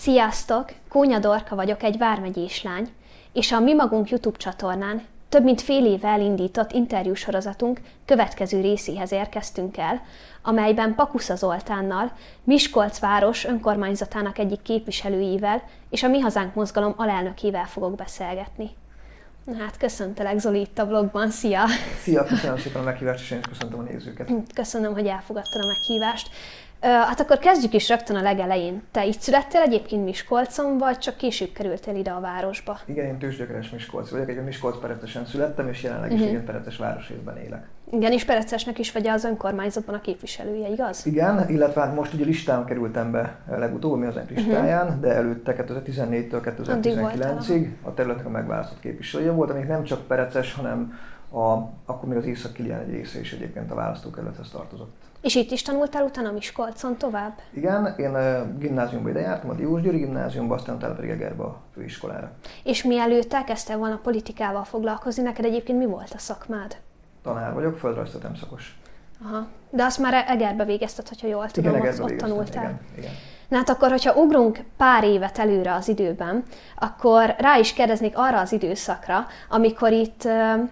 Sziasztok! Kónya Dorka vagyok, egy vármegyés lány, és a Mi Magunk YouTube csatornán több mint fél éve elindított interjúsorozatunk következő részéhez érkeztünk el, amelyben Pakusza Zoltánnal, Miskolc város önkormányzatának egyik képviselőjével és a Mi Hazánk mozgalom alelnökével fogok beszélgetni. Na hát, köszöntelek Zoli itt a vlogban, szia! Szia, köszönöm szépen a meghívást, és én is köszöntöm a nézőket. Köszönöm, hogy elfogadtad a meghívást. Hát akkor kezdjük is rögtön a legelején. Te itt születtél egyébként Miskolcon, vagy csak később kerültél ide a városba? Igen, én tőzsgyökeres Miskolc vagyok, egy Miskolc-Perecesen születtem, és jelenleg is egy Pereces városrészben élek. Igen, és Perecesnek is vagy az önkormányzatban a képviselője, igaz? Igen, illetve hát most ugye listán kerültem be legutóbb, Mi Hazánk listáján, de előtte 2014-től 2019-ig a területnek a megválasztott képviselője volt, amik nem csak Pereces, hanem akkor még az Észak-Kilián egy része is egyébként a választókerülethez tartozott. És itt is tanultál utána Miskolcon tovább? Igen, én gimnáziumba ide jártam, a Diósgyőri gimnáziumba, aztán utána pedig Egerbe a főiskolára. És mielőtt elkezdtél volna politikával foglalkozni, neked egyébként mi volt a szakmád? Tanár vagyok, földrajztatem szakos. Aha. De azt már Egerbe végezted, hogyha jól tudom, igen, ott tanultál. Igen. Na hát akkor, hogyha ugrunk pár évet előre az időben, akkor rá is kérdeznék arra az időszakra, amikor itt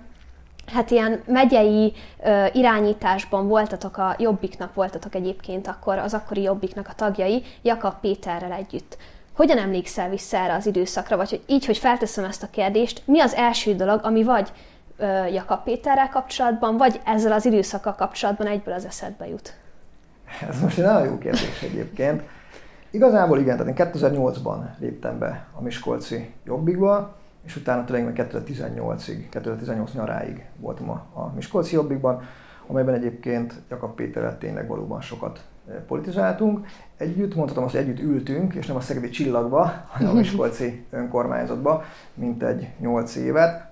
hát ilyen megyei irányításban voltatok, a Jobbiknak voltatok egyébként akkor az akkori Jobbiknak a tagjai, Jakab Péterrel együtt. Hogyan emlékszel vissza erre az időszakra, vagy hogy felteszem ezt a kérdést, mi az első dolog, ami vagy Jakab Péterrel kapcsolatban, vagy ezzel az időszakkal kapcsolatban egyből az eszedbe jut? Ez most egy nagyon jó kérdés egyébként. Igazából igen, tehát én 2008-ban léptem be a miskolci Jobbikba, és utána tényleg 2018-ig, 2018 nyaráig voltam a miskolci Jobbikban, amelyben egyébként Jakab Péterrel tényleg valóban sokat politizáltunk. Együtt, mondhatom azt, hogy együtt ültünk, és nem a szegedi Csillagba, hanem a miskolci önkormányzatba, mintegy 8 évet.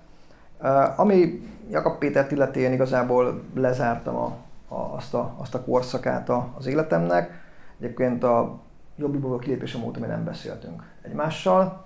Ami Jakab Pétert illeti, én igazából lezártam azt a korszakát az életemnek. Egyébként a Jobbikból kilépésem óta mi nem beszéltünk egymással.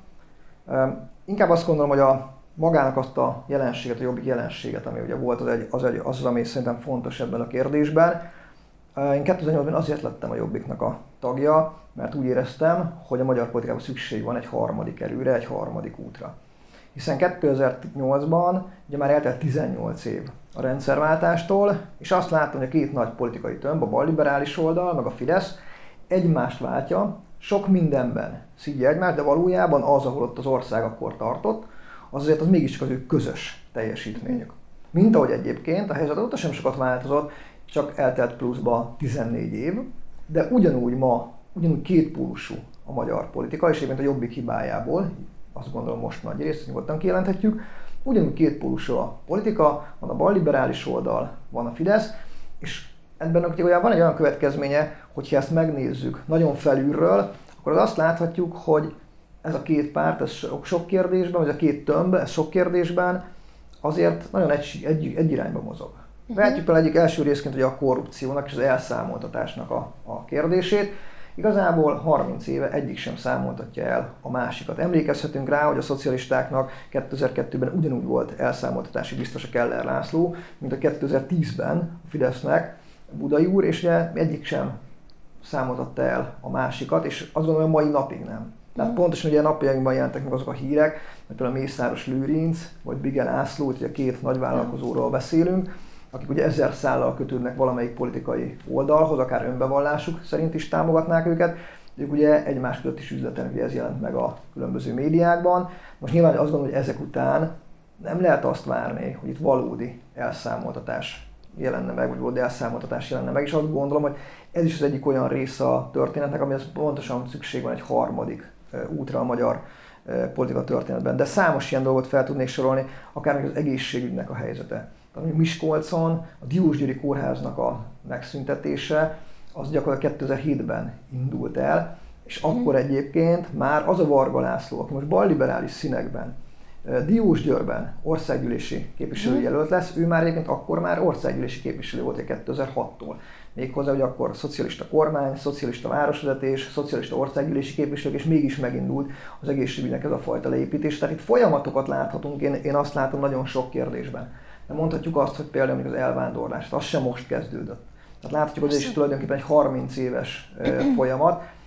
Inkább azt gondolom, hogy magának azt a jelenséget, a Jobbik jelenséget, ami ugye volt, az, ami szerintem fontos ebben a kérdésben. Én 2008-ban azért lettem a Jobbiknak a tagja, mert úgy éreztem, hogy a magyar politikában szükség van egy harmadik erőre, egy harmadik útra. Hiszen 2008-ban ugye már eltelt 18 év a rendszerváltástól, és azt láttam, hogy a két nagy politikai tömb, a balliberális oldal, meg a Fidesz egymást váltja, sok mindenben szidja egymást, de valójában az, ahol ott az ország akkor tartott, azért az mégiscsak az ő közös teljesítményük. Mint ahogy egyébként a helyzet ott sem sokat változott, csak eltelt pluszba 14 év, de ugyanúgy kétpólusú a magyar politika, és egyébként a Jobbik hibájából, azt gondolom most nagy részt nyugodtan kijelenthetjük, ugyanúgy kétpólusú a politika, van a balliberális oldal, van a Fidesz, és ebben ugye van egy olyan következménye, hogyha ezt megnézzük nagyon felülről, akkor azt láthatjuk, hogy ez a két párt, ez sok kérdésben, vagy a két tömb, ez sok kérdésben azért nagyon egy irányba mozog. Vehetjük például egyik első részként ugye a korrupciónak és az elszámoltatásnak a kérdését. Igazából 30 éve egyik sem számoltatja el a másikat. Emlékezhetünk rá, hogy a szocialistáknak 2002-ben ugyanúgy volt elszámoltatási biztos a Keller László, mint a 2010-ben a Fidesznek Budai úr, és ugye egyik sem számoltatta el a másikat, és azt gondolom, hogy a mai napig nem. Tehát pontosan ugye a napjainkban jelentek meg azok a hírek, hogy például Mészáros Lőrinc, vagy Bige László, ugye két nagyvállalkozóról beszélünk, akik ugye 1000 szállal kötődnek valamelyik politikai oldalhoz, akár önbevallásuk szerint is támogatnák őket. Ők ugye egymás között is üzletelnek, ugye ez jelent meg a különböző médiákban. Most nyilván azt gondolom, hogy ezek után nem lehet azt várni, hogy itt valódi elszámoltatás jelenne meg, vagy valódi elszámoltatás jelenne meg, és azt gondolom, hogy ez is az egyik olyan része a történetnek, amihez pontosan szükség van egy harmadik útra a magyar politika történetben. De számos ilyen dolgot fel tudnék sorolni, akár még az egészségügynek a helyzete. Tehát Miskolcon a Diósgyőri kórháznak a megszüntetése, az gyakorlatilag 2007-ben indult el, és akkor egyébként már az a Varga László, aki most balliberális színekben, Diósgyőrben országgyűlési képviselőjelölt lesz, ő már egyébként akkor már országgyűlési képviselő volt 2006-tól. Méghozzá, hogy akkor szocialista kormány, szocialista városvezetés, szocialista országgyűlési képviselők, és mégis megindult az egészségügynek ez a fajta leépítés. Tehát itt folyamatokat láthatunk, én azt látom nagyon sok kérdésben. De mondhatjuk azt, hogy például az elvándorlás, az sem most kezdődött. Tehát láthatjuk, hogy ez is tulajdonképpen egy 30 éves folyamat,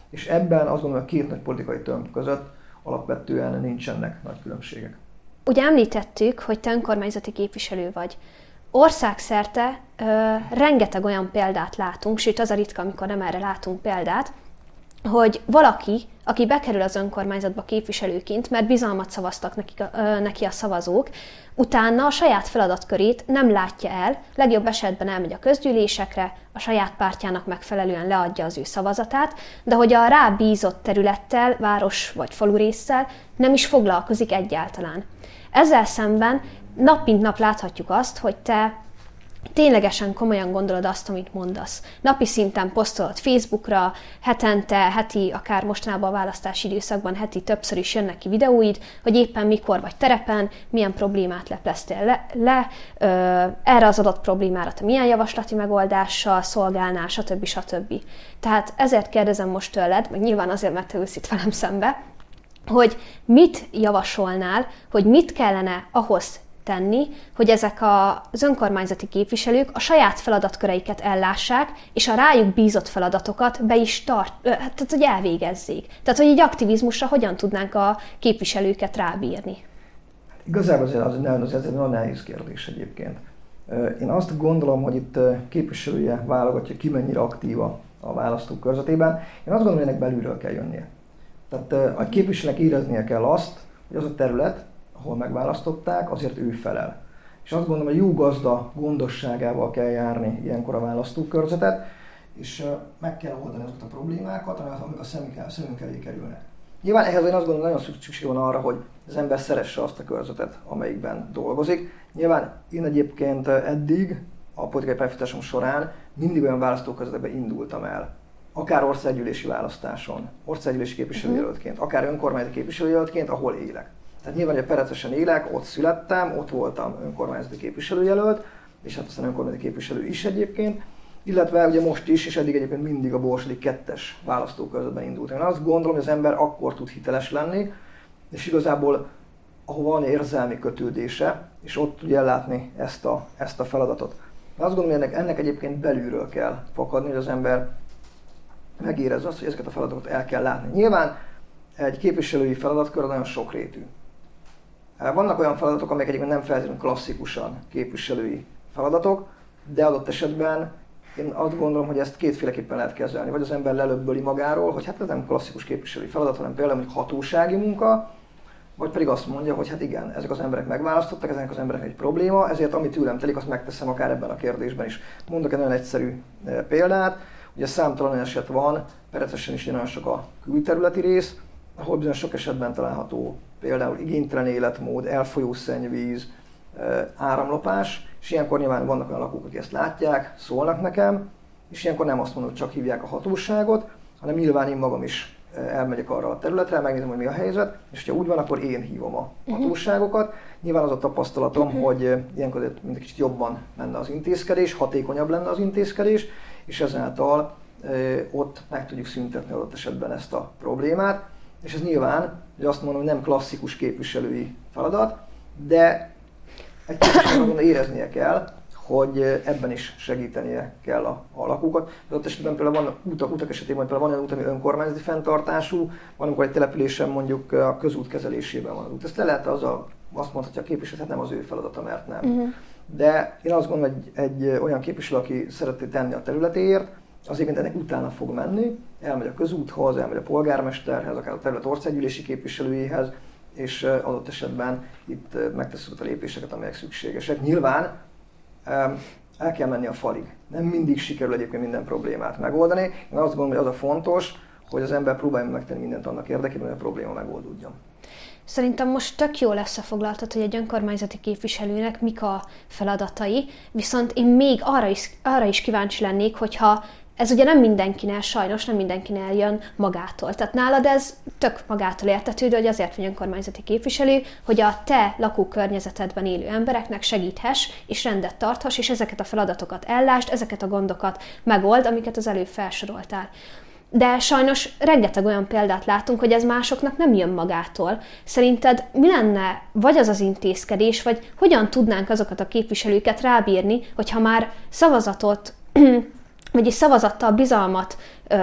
és ebben azt gondolom, hogy a két nagy politikai tömb között alapvetően nincsenek nagy különbségek. Ugye említettük, hogy te önkormányzati képviselő vagy. Országszerte rengeteg olyan példát látunk, sőt az a ritka, amikor nem erre látunk példát, hogy valaki, aki bekerül az önkormányzatba képviselőként, mert bizalmat szavaztak neki a szavazók, utána a saját feladatkörét nem látja el, legjobb esetben elmegy a közgyűlésekre, a saját pártjának megfelelően leadja az ő szavazatát, de hogy a rábízott területtel, város vagy falurésszel nem is foglalkozik egyáltalán. Ezzel szemben nap mint nap láthatjuk azt, hogy te ténylegesen komolyan gondolod azt, amit mondasz. Napi szinten posztolod Facebookra, heti, akár mostanában a választási időszakban heti többször is jönnek ki videóid, hogy éppen mikor vagy terepen, milyen problémát lepleztél le, erre az adott problémára te milyen javaslati megoldással szolgálnál, stb. Tehát ezért kérdezem most tőled, meg nyilván azért, mert te ülsz itt velem szembe, hogy mit javasolnál, hogy mit kellene ahhoz tenni, hogy ezek az önkormányzati képviselők a saját feladatköreiket ellássák, és a rájuk bízott feladatokat be is tehát hogy elvégezzék. Tehát, hogy egy aktivizmusra hogyan tudnánk a képviselőket rábírni? Igazából ez egy nagyon nehéz kérdés egyébként. Én azt gondolom, hogy itt képviselője válogatja ki, mennyire aktíva a választók körzetében. Én azt gondolom, hogy ennek belülről kell jönnie. Tehát a képviselőnek éreznie kell azt, hogy az a terület, ahol megválasztották, azért ő felel. És azt gondolom, hogy jó gazda gondosságával kell járni ilyenkor a választókörzetet, és meg kell oldani azokat a problémákat, amik a szemünk elé kerülnek. Nyilván ehhez én azt gondolom, nagyon szükség van arra, hogy az ember szeresse azt a körzetet, amelyikben dolgozik. Nyilván én egyébként eddig a politikai pályafutásom során mindig olyan választókörzetekbe indultam el, akár országgyűlési választáson, országgyűlési képviselőjelöltként, akár önkormányzati képviselőjelöltként, ahol élek. Tehát nyilván, hogy Perecesen élek, ott születtem, ott voltam önkormányzati képviselőjelölt, és hát aztán önkormányzati képviselő is egyébként, illetve ugye most is, és eddig egyébként mindig a Borsodi 2-es választókörzetben indultam. Én azt gondolom, hogy az ember akkor tud hiteles lenni, és igazából ahova van érzelmi kötődése, és ott tudja ellátni ezt a feladatot. Én azt gondolom, hogy ennek egyébként belülről kell fakadni, hogy az ember megérezze azt, hogy ezeket a feladatokat el kell látni. Nyilván egy képviselői feladatkör nagyon sokrétű. Vannak olyan feladatok, amelyek egyébként nem feltétlenül klasszikusan képviselői feladatok, de adott esetben én azt gondolom, hogy ezt kétféleképpen lehet kezelni. Vagy az ember lelöbböli magáról, hogy hát ez nem klasszikus képviselői feladat, hanem például hatósági munka, vagy pedig azt mondja, hogy hát igen, ezek az emberek megválasztottak, ezek az emberek egy probléma, ezért amit tőlem telik, azt megteszem akár ebben a kérdésben is. Mondok egy nagyon egyszerű példát, ugye számtalan eset van, Perecesen is nagyon sok a külterületi rész, ahol bizony sok esetben található például igénytelen életmód, elfolyó szennyvíz, áramlopás, és ilyenkor nyilván vannak olyan lakók, akik ezt látják, szólnak nekem, és ilyenkor nem azt mondom, hogy csak hívják a hatóságot, hanem nyilván én magam is elmegyek arra a területre, megnézem, hogy mi a helyzet, és ha úgy van, akkor én hívom a hatóságokat. Nyilván az a tapasztalatom, hogy ilyenkor mind kicsit jobban menne az intézkedés, hatékonyabb lenne az intézkedés, és ezáltal ott meg tudjuk szüntetni adott esetben ezt a problémát. És ez nyilván, hogy azt mondom, hogy nem klasszikus képviselői feladat, de egy képviselőnek éreznie kell, hogy ebben is segítenie kell a lakókat. Adott esetben például van utak esetében, például van olyan út, ami önkormányzati fenntartású, van, amikor egy településen mondjuk a közút kezelésében van az út. Ezt le lehet azt mondhatja a képviselő, hát nem az ő feladata, mert nem. De én azt gondolom, hogy egy olyan képviselő, aki szereti tenni a területéért, az egyébként ennek utána fog menni, elmegy a közúthoz, elmegy a polgármesterhez, akár a terület országgyűlési képviselőjéhez, és adott esetben itt megteszünk a lépéseket, amelyek szükségesek. Nyilván el kell menni a falig. Nem mindig sikerül egyébként minden problémát megoldani. Én azt gondolom, hogy az a fontos, hogy az ember próbálja megtenni mindent annak érdekében, hogy a probléma megoldódjon. Szerintem most tök jól összefoglaltad, hogy egy önkormányzati képviselőnek mik a feladatai, viszont én még arra is kíváncsi lennék, hogyha ez ugye nem mindenkinél, sajnos nem mindenkinél jön magától. Tehát nálad ez tök magától értetődő, hogy azért vagy önkormányzati képviselő, hogy a te lakókörnyezetedben élő embereknek segíthess és rendet tarthass, és ezeket a feladatokat ellásd, ezeket a gondokat megold, amiket az előbb felsoroltál. De sajnos rengeteg olyan példát látunk, hogy ez másoknak nem jön magától. Szerinted mi lenne vagy az az intézkedés, vagy hogyan tudnánk azokat a képviselőket rábírni, hogyha már szavazattal bizalmat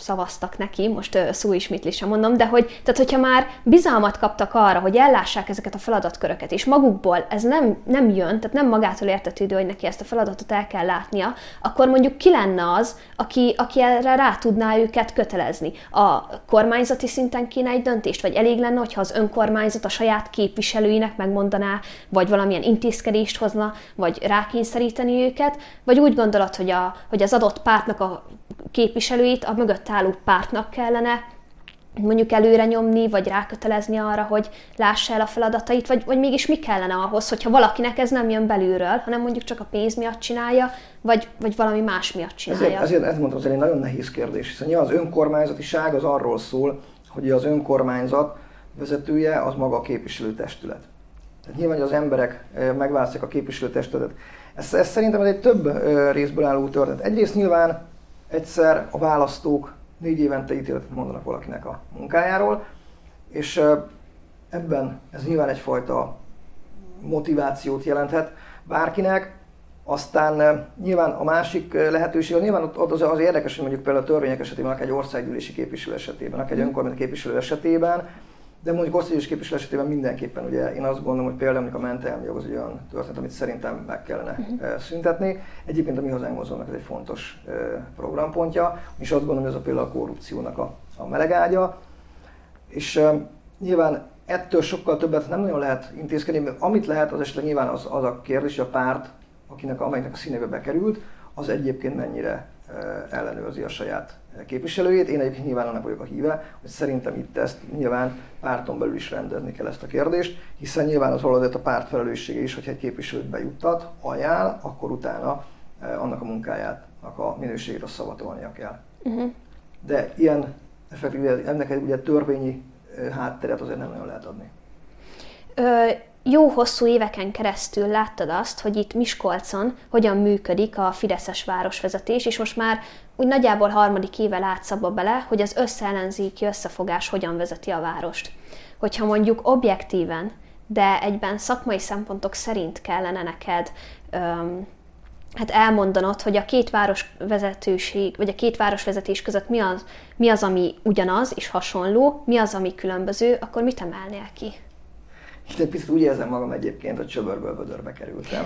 szavaztak neki, most szóismétlésre mondom, de tehát hogyha már bizalmat kaptak arra, hogy ellássák ezeket a feladatköröket, és magukból ez nem jön, tehát nem magától értetődő, hogy neki ezt a feladatot el kell látnia, akkor mondjuk ki lenne az, aki erre rá tudná őket kötelezni. A kormányzati szinten kéne egy döntést, vagy elég lenne, hogyha az önkormányzat a saját képviselőinek megmondaná, vagy valamilyen intézkedést hozna, vagy rákényszeríteni őket, vagy úgy gondolod, hogy az adott pártnak a képviselőit a mögött álló pártnak kellene mondjuk előre nyomni, vagy rákötelezni arra, hogy lássa el a feladatait, vagy mégis mi kellene ahhoz, hogyha valakinek ez nem jön belülről, hanem mondjuk csak a pénz miatt csinálja, vagy valami más miatt csinálja. Ezért mondtam, hogy ez egy nagyon nehéz kérdés, hiszen az önkormányzatiság az arról szól, hogy az önkormányzat vezetője az maga a képviselőtestület. Tehát nyilván, hogy az emberek megválasztják a képviselőtestületet. Ez szerintem egy több részből álló történet. Egyrészt nyilván egyszer a választók 4 évente ítéletet mondanak valakinek a munkájáról, és ebben ez nyilván egyfajta motivációt jelenthet bárkinek. Aztán nyilván a másik lehetőség, nyilván ott az érdekes, hogy mondjuk például a törvények esetében, akár egy országgyűlési képviselő esetében, akár egy önkormányzati képviselő esetében, de mondjuk országgyűlési képviselő esetében mindenképpen, ugye én azt gondolom, hogy például a mentelmi jog az egy olyan történet, amit szerintem meg kellene szüntetni. Egyébként a Mi Hazánk Mozgalomnak ez egy fontos programpontja, és azt gondolom, hogy ez a például a korrupciónak a melegágya. És nyilván ettől sokkal többet nem nagyon lehet intézkedni, amit lehet, az esetleg nyilván az a kérdés, hogy a párt, amelynek a színébe bekerült, az egyébként mennyire ellenőrzi a saját képviselőjét. Én egyébként nyilván annak vagyok a híve, hogy szerintem itt ezt nyilván párton belül is rendezni kell ezt a kérdést, hiszen nyilván az valóban a párt felelőssége is, hogyha egy képviselőt bejuttat, ajánl, akkor utána annak a munkájának a minőségét szavatolnia kell. De ilyen effektív, ennek egy ugye törvényi hátteret azért nem nagyon lehet adni. Jó hosszú éveken keresztül láttad azt, hogy itt Miskolcon hogyan működik a fideszes városvezetés, és most már úgy nagyjából 3. éve látsz abba bele, hogy az összeellenzéki összefogás hogyan vezeti a várost. Hogyha mondjuk objektíven, de egyben szakmai szempontok szerint kellene neked elmondanod, hogy a két városvezetőség, vagy a két városvezetés között mi az, ami ugyanaz és hasonló, mi az, ami különböző, akkor mit emelnél ki? Itt egy picit úgy érzem magam egyébként, hogy csöbörből vödörbe kerültem.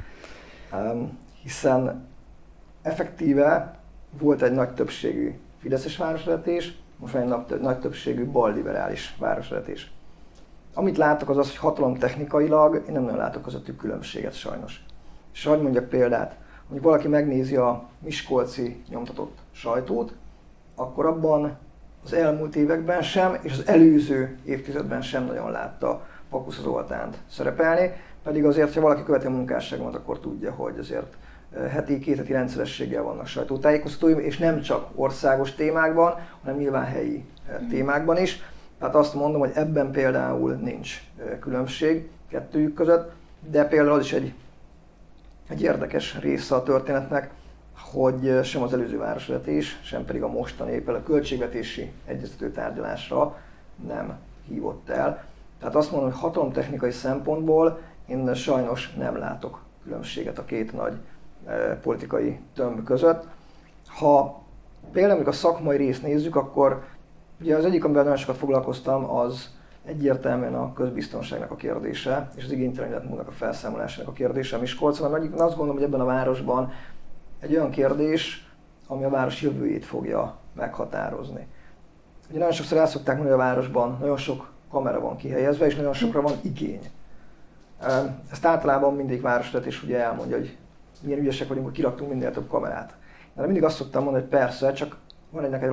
Hiszen effektíve volt egy nagy többségű fideszes városvezetés, most már egy nagy többségű balliberális városvezetés. Amit látok az az, hogy hatalomtechnikailag én nem nagyon látok közöttük különbséget sajnos. És hadd mondjak példát, hogy valaki megnézi a miskolci nyomtatott sajtót, akkor abban az elmúlt években sem, és az előző évtizedben sem nagyon látta Pakusz Zoltánt szerepelni, pedig azért, ha valaki követi a munkásságomat, akkor tudja, hogy azért heti, 2 heti rendszerességgel vannak sajtótájékoztatóim, és nem csak országos témákban, hanem nyilván helyi témákban is. Tehát azt mondom, hogy ebben például nincs különbség kettőjük között, de például az is egy érdekes része a történetnek, hogy sem az előző városvezetés, sem pedig a mostani éppen a költségvetési egyeztető tárgyalásra nem hívott el. Tehát azt mondom, hogy hatalomtechnikai szempontból én sajnos nem látok különbséget a két nagy politikai tömb között. Ha például a szakmai részt nézzük, akkor ugye az egyik, amivel nagyon sokat foglalkoztam, az egyértelműen a közbiztonságnak a kérdése, és az igénytelen életmódnak a felszámolásának a kérdése Miskolcon. Mert azt gondolom, hogy ebben a városban egy olyan kérdés, ami a város jövőjét fogja meghatározni. Ugye nagyon sokszor el szokták mondani, hogy a városban nagyon sok kamera van kihelyezve, és nagyon sokra van igény. Ezt általában mindig városvezetés ugye elmondja, hogy milyen ügyesek vagyunk, hogy kiraktunk minél több kamerát. De mindig azt szoktam mondani, hogy persze, csak van ennek egy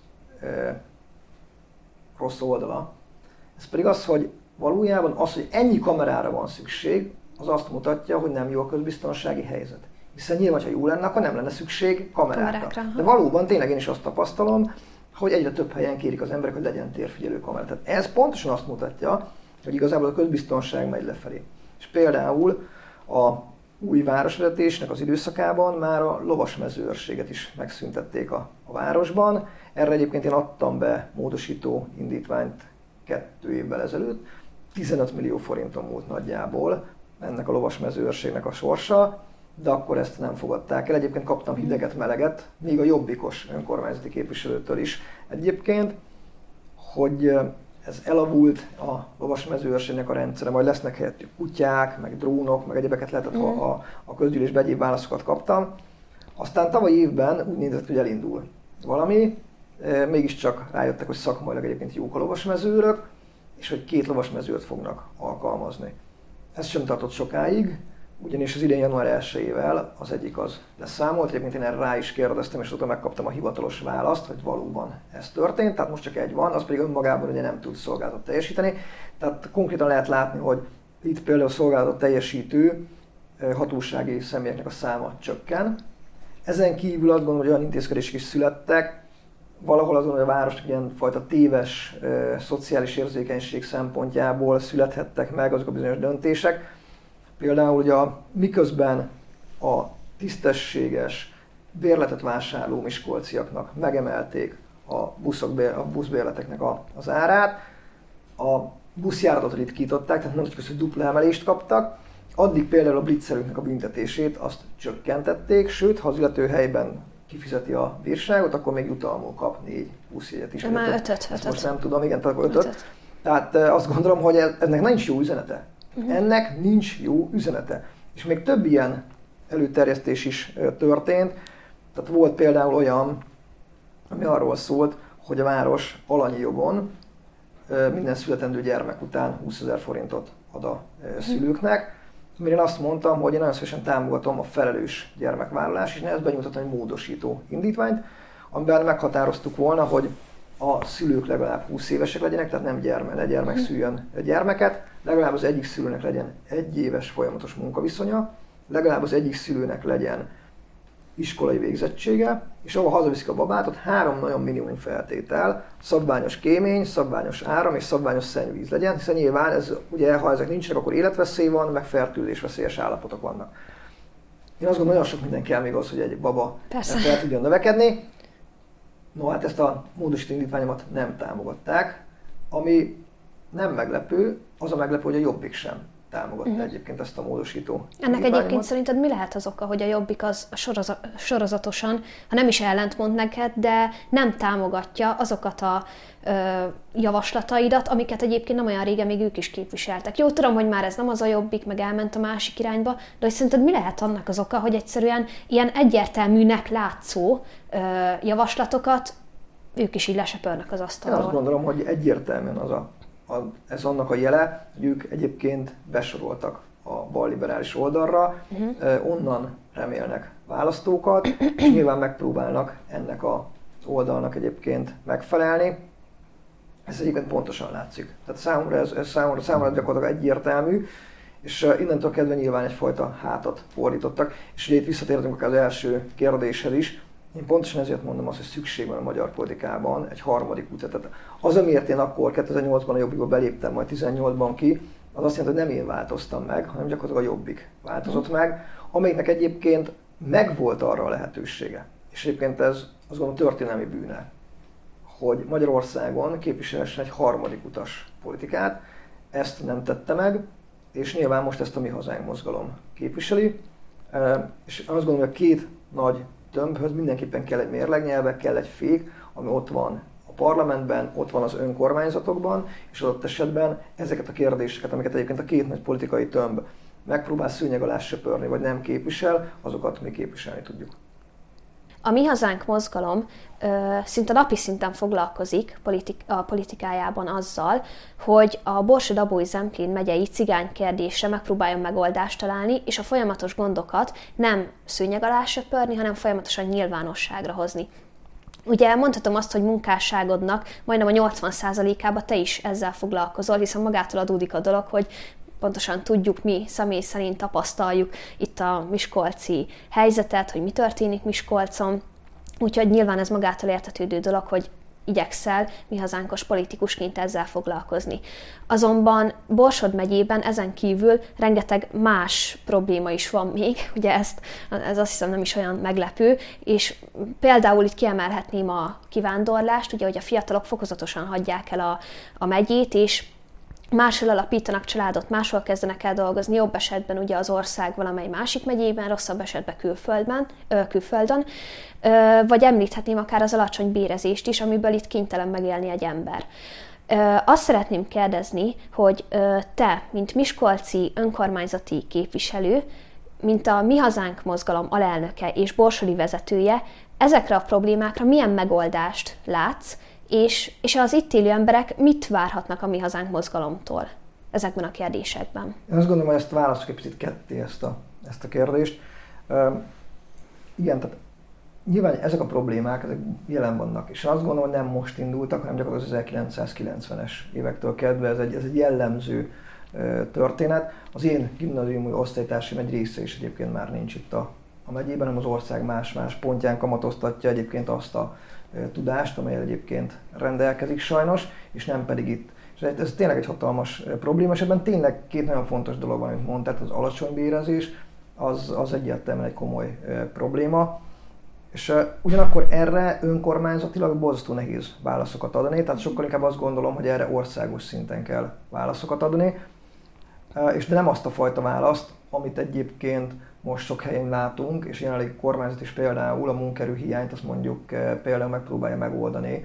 rossz oldala. Ez pedig az, hogy valójában az, hogy ennyi kamerára van szükség, az azt mutatja, hogy nem jó a közbiztonsági helyzet. Hiszen nyilván, ha jó lenne, akkor nem lenne szükség kamerákra. De valóban tényleg én is azt tapasztalom, hogy egyre több helyen kérik az emberek, hogy legyen térfigyelő kamera. Tehát ez pontosan azt mutatja, hogy igazából a közbiztonság megy lefelé. És például a új városvezetésnek az időszakában már a lovasmezőrséget is megszüntették a városban. Erre egyébként én adtam be módosító indítványt 2 évvel ezelőtt. 15 millió forinton múlt nagyjából ennek a lovasmezőrségnek a sorsa. de akkor ezt nem fogadták el. Egyébként kaptam hideget-meleget, még a jobbikos önkormányzati képviselőtől is egyébként, hogy ez elavult a lovasmezőversenynek a rendszere, majd lesznek helyett kutyák, meg drónok, meg egyébeket lehetett, ha a közgyűlésbe egyéb válaszokat kaptam. Aztán tavaly évben úgy nézett, hogy elindul valami, mégiscsak rájöttek, hogy szakmailag egyébként jók a lovasmezőrök, és hogy 2 lovasmezőt fognak alkalmazni. Ez sem tartott sokáig, ugyanis az idén január 1-ével az egyik az leszámolt. Egyébként én erre rá is kérdeztem, és utána megkaptam a hivatalos választ, hogy valóban ez történt. Tehát most csak egy van, az pedig önmagában ugye nem tud szolgálatot teljesíteni. Tehát konkrétan lehet látni, hogy itt például a szolgálatot teljesítő hatósági személyeknek a száma csökken. Ezen kívül azt gondolom, hogy olyan intézkedések is születtek, valahol azon, hogy a városnak ilyenfajta téves szociális érzékenység szempontjából születhettek meg azok a bizonyos döntések. Például ugye miközben a tisztességes bérletet vásárló miskolciaknak megemelték a buszbérleteknek az árát, a buszjáratot ritkították, tehát mondhatjuk, hogy dupla emelést kaptak, addig például a blitzelőknek a büntetését azt csökkentették, sőt, ha az illető helyben kifizeti a bírságot, akkor még jutalmul kap 4 buszjegyet is. Már 5-öt. Most nem tudom, igen, tehát 5-öt. Tehát azt gondolom, hogy ennek nincs jó üzenete. Ennek nincs jó üzenete. És még több ilyen előterjesztés is történt. Tehát volt például olyan, ami arról szólt, hogy a város alanyi jogon minden születendő gyermek után 20 000 forintot ad a szülőknek. Amire én azt mondtam, hogy én nagyon szívesen támogatom a felelős gyermekvállalást, és ehhez benyújtottam egy módosító indítványt, amiben meghatároztuk volna, hogy a szülők legalább 20 évesek legyenek, tehát nem gyermek szüljön gyermeket, legalább az egyik szülőnek legyen 1 éves folyamatos munkaviszonya, legalább az egyik szülőnek legyen iskolai végzettsége, és ahol hazaviszik a babát, ott 3 nagyon minimum feltétel, szabványos kémény, szabványos áram és szabványos szennyvíz legyen, hiszen nyilván ez, ugye, ha ezek nincsenek, akkor életveszély van, meg fertőzésveszélyes állapotok vannak. Én azt gondolom, nagyon sok minden kell még az, hogy egy baba fel tudjon növekedni. No, hát ezt a módosító indítványomat nem támogatták, ami nem meglepő, az a meglepő, hogy a Jobbik sem támogatta egyébként ezt a módosító. Ennek egyébként szerinted mi lehet az oka, hogy a Jobbik az sorozatosan, ha nem is ellentmond neked, de nem támogatja azokat a javaslataidat, amiket egyébként nem olyan régen még ők is képviseltek. Jó, tudom, hogy már ez nem az a Jobbik, meg elment a másik irányba, de hogy szerinted mi lehet annak az oka, hogy egyszerűen ilyen egyértelműnek látszó javaslatokat ők is így lesöpörnek az asztalról? Én azt gondolom, hogy egyértelműen ez annak a jele, hogy ők egyébként besoroltak a balliberális oldalra, onnan remélnek választókat, és nyilván megpróbálnak ennek az oldalnak egyébként megfelelni. Ez egyébként pontosan látszik. Tehát számomra gyakorlatilag egyértelmű, és innentől kezdve nyilván egyfajta hátat fordítottak. És ugye itt visszatértünk az első kérdéshez is. Én pontosan ezért mondom azt, hogy szükség van a magyar politikában egy harmadik útletet. Az, amiért én akkor 2008-ban a Jobbikba beléptem, majd 2018-ban ki, az azt jelenti, hogy nem én változtam meg, hanem gyakorlatilag a Jobbik változott meg, amelyiknek egyébként megvolt arra a lehetősége. És egyébként ez azt gondolom történelmi bűne, hogy Magyarországon képviselhessen egy harmadik utas politikát. Ezt nem tette meg, és nyilván most ezt a Mi Hazánk mozgalom képviseli. És azt gondolom, hogy a 2 nagy tömbhöz mindenképpen kell egy mérlegnyelve, kell egy fék, ami ott van a parlamentben, ott van az önkormányzatokban, és adott esetben ezeket a kérdéseket, amiket egyébként a 2 nagy politikai tömb megpróbál szőnyeg alá söpörni, vagy nem képvisel, azokat mi képviselni tudjuk. A Mi Hazánk mozgalom szinte napi szinten foglalkozik a politikájában azzal, hogy a Borsod-Abaúj-Zemplén megyei cigány kérdésre megpróbáljon megoldást találni, és a folyamatos gondokat nem szőnyeg alá söpörni, hanem folyamatosan nyilvánosságra hozni. Ugye mondhatom azt, hogy munkásságodnak majdnem a 80%-ában te is ezzel foglalkozol, hiszen magától adódik a dolog, hogy pontosan tudjuk, mi személy szerint tapasztaljuk itt a miskolci helyzetet, hogy mi történik Miskolcon. Úgyhogy nyilván ez magától értetődő dolog, hogy igyekszel Mi Hazánkos politikusként ezzel foglalkozni. Azonban Borsod megyében ezen kívül rengeteg más probléma is van még, ugye ez azt hiszem nem is olyan meglepő, és például itt kiemelhetném a kivándorlást, ugye, hogy a fiatalok fokozatosan hagyják el a megyét, és máshol alapítanak családot, máshol kezdenek el dolgozni, jobb esetben ugye az ország valamely másik megyében, rosszabb esetben külföldön, vagy említhetném akár az alacsony bérezést is, amiből itt kénytelen megélni egy ember. Azt szeretném kérdezni, hogy te, mint miskolci önkormányzati képviselő, mint a Mi Hazánk mozgalom alelnöke és borsodi vezetője, ezekre a problémákra milyen megoldást látsz, és az itt élő emberek mit várhatnak a Mi Hazánk mozgalomtól ezekben a kérdésekben? Én azt gondolom, hogy ezt választjuk egy picit ketté ezt a kérdést. Igen, tehát nyilván ezek a problémák ezek jelen vannak, és azt gondolom, hogy nem most indultak, hanem gyakorlatilag az 1990-es évektől kezdve ez egy jellemző történet. Az én gimnáziumi osztálytársaim egy része is egyébként már nincs itt a megyében, hanem az ország más-más pontján kamatoztatja egyébként azt a tudást, amelyel egyébként rendelkezik sajnos, és nem pedig itt. És ez tényleg egy hatalmas probléma, és ebben tényleg két nagyon fontos dolog van, amit mondtad, az alacsony bérezés, az egyértelműen egy komoly probléma. És ugyanakkor erre önkormányzatilag borzasztó nehéz válaszokat adni, tehát sokkal inkább azt gondolom, hogy erre országos szinten kell válaszokat adni, és de nem azt a fajta választ, amit egyébként most sok helyen látunk, és jelenleg kormányzat is például a munkaerő hiányt azt mondjuk például megpróbálja megoldani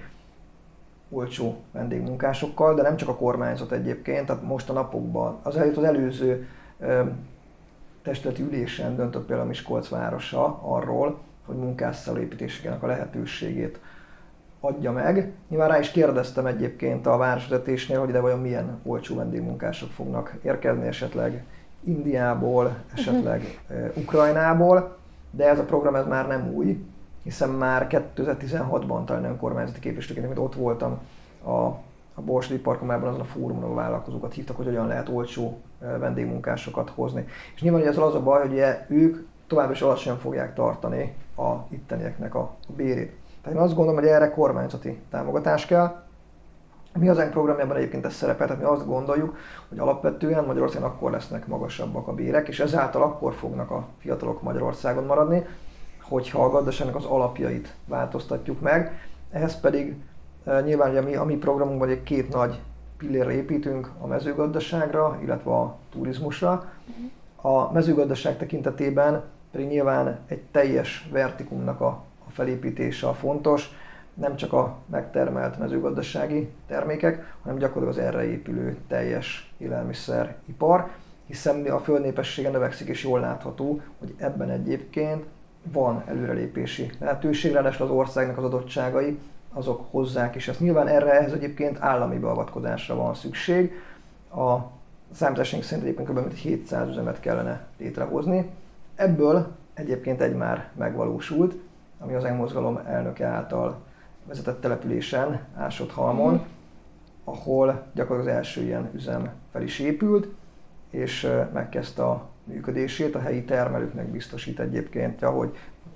olcsó vendégmunkásokkal, de nem csak a kormányzat egyébként, tehát most a napokban, az előző testületi ülésen döntött például Miskolc városa arról, hogy munkásszállóépítésének a lehetőségét adja meg. Nyilván rá is kérdeztem egyébként a városvezetésnél, hogy ide vajon milyen olcsó vendégmunkások fognak érkezni, esetleg Indiából, esetleg Ukrajnából, de ez a program ez már nem új, hiszen már 2016-ban talán önkormányzati képviselőként, amit ott voltam a Borsodi Parkomában, azon a fórumon, ahol vállalkozókat hívtak, hogy hogyan lehet olcsó vendégmunkásokat hozni. És nyilván hogy ezzel az a baj, hogy ők továbbra is alacsonyan fogják tartani a ittenieknek a bérét. Tehát én azt gondolom, hogy erre kormányzati támogatás kell. Mi Hazánk programjában egyébként ez szerepel, tehát mi azt gondoljuk, hogy alapvetően Magyarországon akkor lesznek magasabbak a bérek, és ezáltal akkor fognak a fiatalok Magyarországon maradni, hogyha a gazdaságnak az alapjait változtatjuk meg. Ehhez pedig nyilván ugye a mi programunkban egy két nagy pillérre építünk, a mezőgazdaságra, illetve a turizmusra. A mezőgazdaság tekintetében pedig nyilván egy teljes vertikumnak a felépítése a fontos, nem csak a megtermelt mezőgazdasági termékek, hanem gyakorlatilag az erre épülő teljes élelmiszeripar, hiszen a föld népessége növekszik és jól látható, hogy ebben egyébként van előrelépési lehetőség, ráadásul az országnak az adottságai, azok hozzák is ezt. Nyilván ehhez egyébként állami beavatkozásra van szükség. A számításaink szerint egyébként kb. 700 üzemet kellene létrehozni. Ebből egyébként egy már megvalósult, ami az mozgalom elnöke által vezetett településen, Ásodhalmon, ahol gyakorlatilag az első ilyen üzem fel is épült, és megkezdte a működését. A helyi termelőknek biztosít egyébként, hogy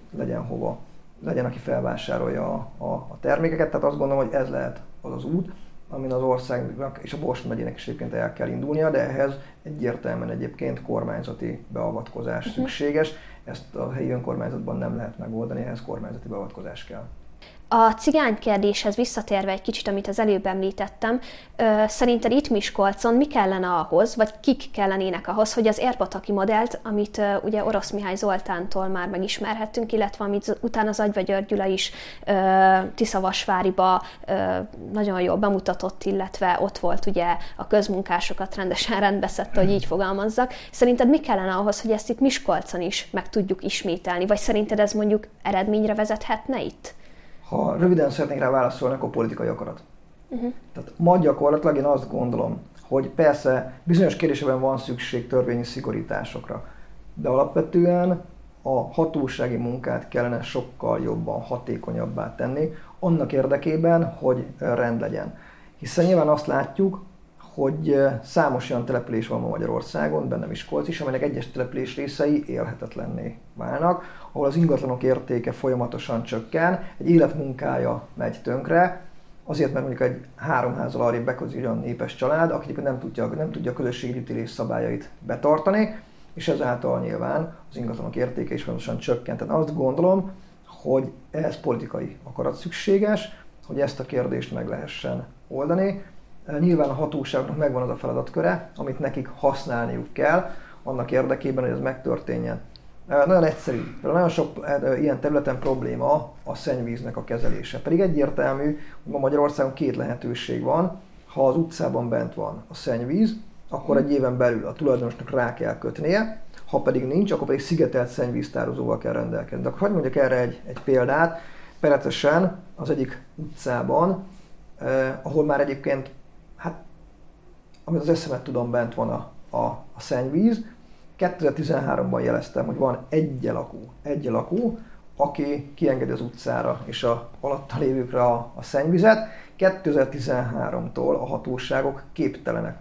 legyen, aki felvásárolja a termékeket. Tehát azt gondolom, hogy ez lehet az út, amin az országnak és a Borsod megyének is egyébként el kell indulnia, de ehhez egyértelműen egyébként kormányzati beavatkozás szükséges. Ezt a helyi önkormányzatban nem lehet megoldani, ehhez kormányzati beavatkozás kell. A cigány kérdéshez visszatérve egy kicsit, amit az előbb említettem, szerinted itt Miskolcon mi kellene ahhoz, vagy kik kellenének ahhoz, hogy az érpataki modellt, amit ugye Orosz Mihály Zoltántól már megismerhettünk, illetve amit utána az Agyva György Gyula is Tiszavasváriba nagyon jól bemutatott, illetve ott volt ugye a közmunkásokat rendesen rendbeszedte, hogy így fogalmazzak. Szerinted mi kellene ahhoz, hogy ezt itt Miskolcon is meg tudjuk ismételni, vagy szerinted ez mondjuk eredményre vezethetne itt? Ha röviden szeretnék rá válaszolni, akkor politikai akarat. Tehát ma gyakorlatilag én azt gondolom, hogy persze bizonyos kérdésekben van szükség törvényi szigorításokra, de alapvetően a hatósági munkát kellene sokkal jobban, hatékonyabbá tenni, annak érdekében, hogy rend legyen. Hiszen nyilván azt látjuk, hogy számos olyan település van ma Magyarországon, benne Miskolc is, amelynek egyes település részei élhetetlenné válnak, ahol az ingatlanok értéke folyamatosan csökken, egy életmunkája megy tönkre, azért, mert mondjuk egy 3 házzal arrébb beközi olyan népes család, aki nem tudja a közösségi együttélés szabályait betartani, és ezáltal nyilván az ingatlanok értéke is folyamatosan csökken. Tehát azt gondolom, hogy ehhez politikai akarat szükséges, hogy ezt a kérdést meg lehessen oldani, Nyilván a hatóságoknak megvan az a feladatköre, amit nekik használniuk kell, annak érdekében, hogy ez megtörténjen. Nagyon egyszerű, nagyon sok ilyen területen probléma a szennyvíznek a kezelése. Pedig egyértelmű, hogy ma Magyarországon két lehetőség van. Ha az utcában bent van a szennyvíz, akkor egy éven belül a tulajdonosnak rá kell kötnie, ha pedig nincs, akkor pedig szigetelt szennyvíztározóval kell rendelkezni. De akkor hadd mondjak erre egy példát. Perecesen az egyik utcában, ahol már egyébként, hát, amit az eszemet tudom, bent van a szennyvíz, 2013-ban jeleztem, hogy van egy lakó, aki kiengedi az utcára és a alatta lévőkre a szennyvizet. 2013-tól a hatóságok képtelenek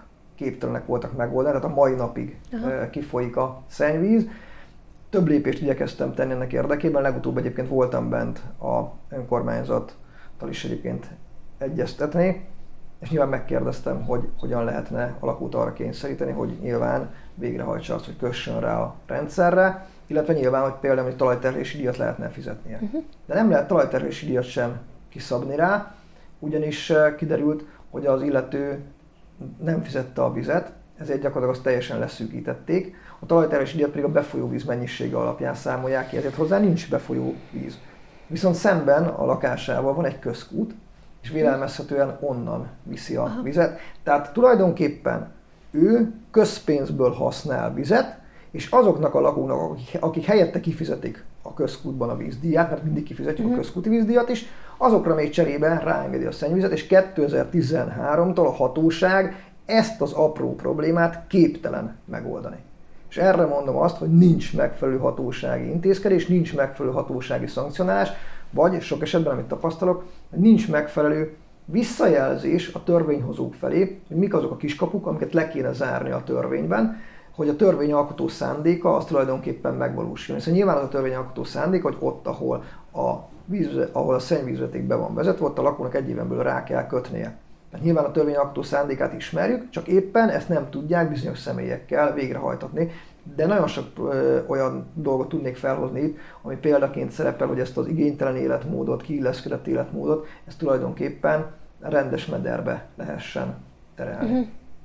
voltak megoldani, tehát a mai napig kifolyik a szennyvíz. Több lépést igyekeztem tenni ennek érdekében, legutóbb egyébként voltam bent a önkormányzattal is egyébként egyeztetni, és nyilván megkérdeztem, hogy hogyan lehetne a lakót arra kényszeríteni, hogy nyilván végrehajtsa azt, hogy kössön rá a rendszerre, illetve nyilván, hogy például egy talajterhelési díjat lehetne fizetnie. De nem lehet talajterhelési díjat sem kiszabni rá, ugyanis kiderült, hogy az illető nem fizette a vizet, ezért gyakorlatilag azt teljesen leszűkítették. A talajterhelési díjat pedig a befolyóvíz mennyisége alapján számolják ki, ezért hozzá nincs befolyóvíz. Viszont szemben a lakásával van egy közkút, és vélelmezhetően onnan viszi a vizet. Tehát tulajdonképpen ő közpénzből használ vizet, és azoknak a lakóknak, akik helyette kifizetik a közkútban a vízdíjat, mert mindig kifizetjük a közkúti vízdíjat is, azokra még cserébe ráengedi a szennyvizet, és 2013-tól a hatóság ezt az apró problémát képtelen megoldani. És erre mondom azt, hogy nincs megfelelő hatósági intézkedés, nincs megfelelő hatósági szankcionálás, vagy sok esetben, amit tapasztalok, nincs megfelelő visszajelzés a törvényhozók felé, hogy mik azok a kiskapuk, amiket le kéne zárni a törvényben, hogy a törvényalkotó szándéka az tulajdonképpen megvalósuljon. Hiszen nyilván az a törvényalkotó szándéka, hogy ott, ahol a szennyvízvezeték be van vezetve, ott a lakónak egy éven belül rá kell kötnie. Tehát nyilván a törvényalkotó szándékát ismerjük, csak éppen ezt nem tudják bizonyos személyekkel végrehajtatni. De nagyon sok olyan dolgot tudnék felhozni itt, ami példaként szerepel, hogy ezt az igénytelen életmódot, kiilleszkedett életmódot, ezt tulajdonképpen rendes mederbe lehessen terelni.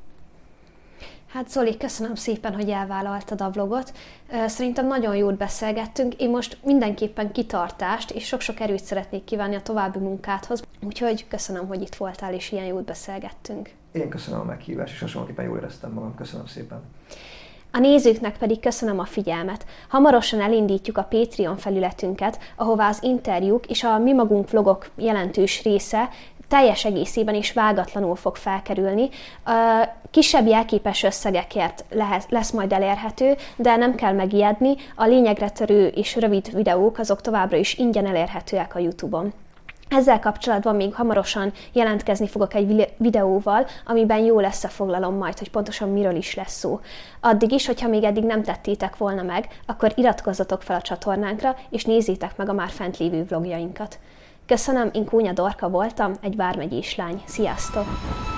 Hát Zoli, köszönöm szépen, hogy elvállaltad a vlogot. Szerintem nagyon jót beszélgettünk. Én most mindenképpen kitartást és sok-sok erőt szeretnék kívánni a további munkádhoz. Úgyhogy köszönöm, hogy itt voltál és ilyen jót beszélgettünk. Én köszönöm a meghívást, és hasonlóképpen jól éreztem magam. Köszönöm szépen. A nézőknek pedig köszönöm a figyelmet. Hamarosan elindítjuk a Patreon felületünket, ahová az interjúk és a mi magunk vlogok jelentős része teljes egészében és vágatlanul fog felkerülni. Kisebb jelképes összegekért lesz majd elérhető, de nem kell megijedni, a lényegre törő és rövid videók azok továbbra is ingyen elérhetőek a YouTube-on. Ezzel kapcsolatban még hamarosan jelentkezni fogok egy videóval, amiben jól összefoglalom majd, hogy pontosan miről is lesz szó. Addig is, hogyha még eddig nem tettétek volna meg, akkor iratkozzatok fel a csatornánkra, és nézzétek meg a már fent lévő vlogjainkat. Köszönöm, én Kónya Dorka voltam, egy vármegyés lány. Sziasztok!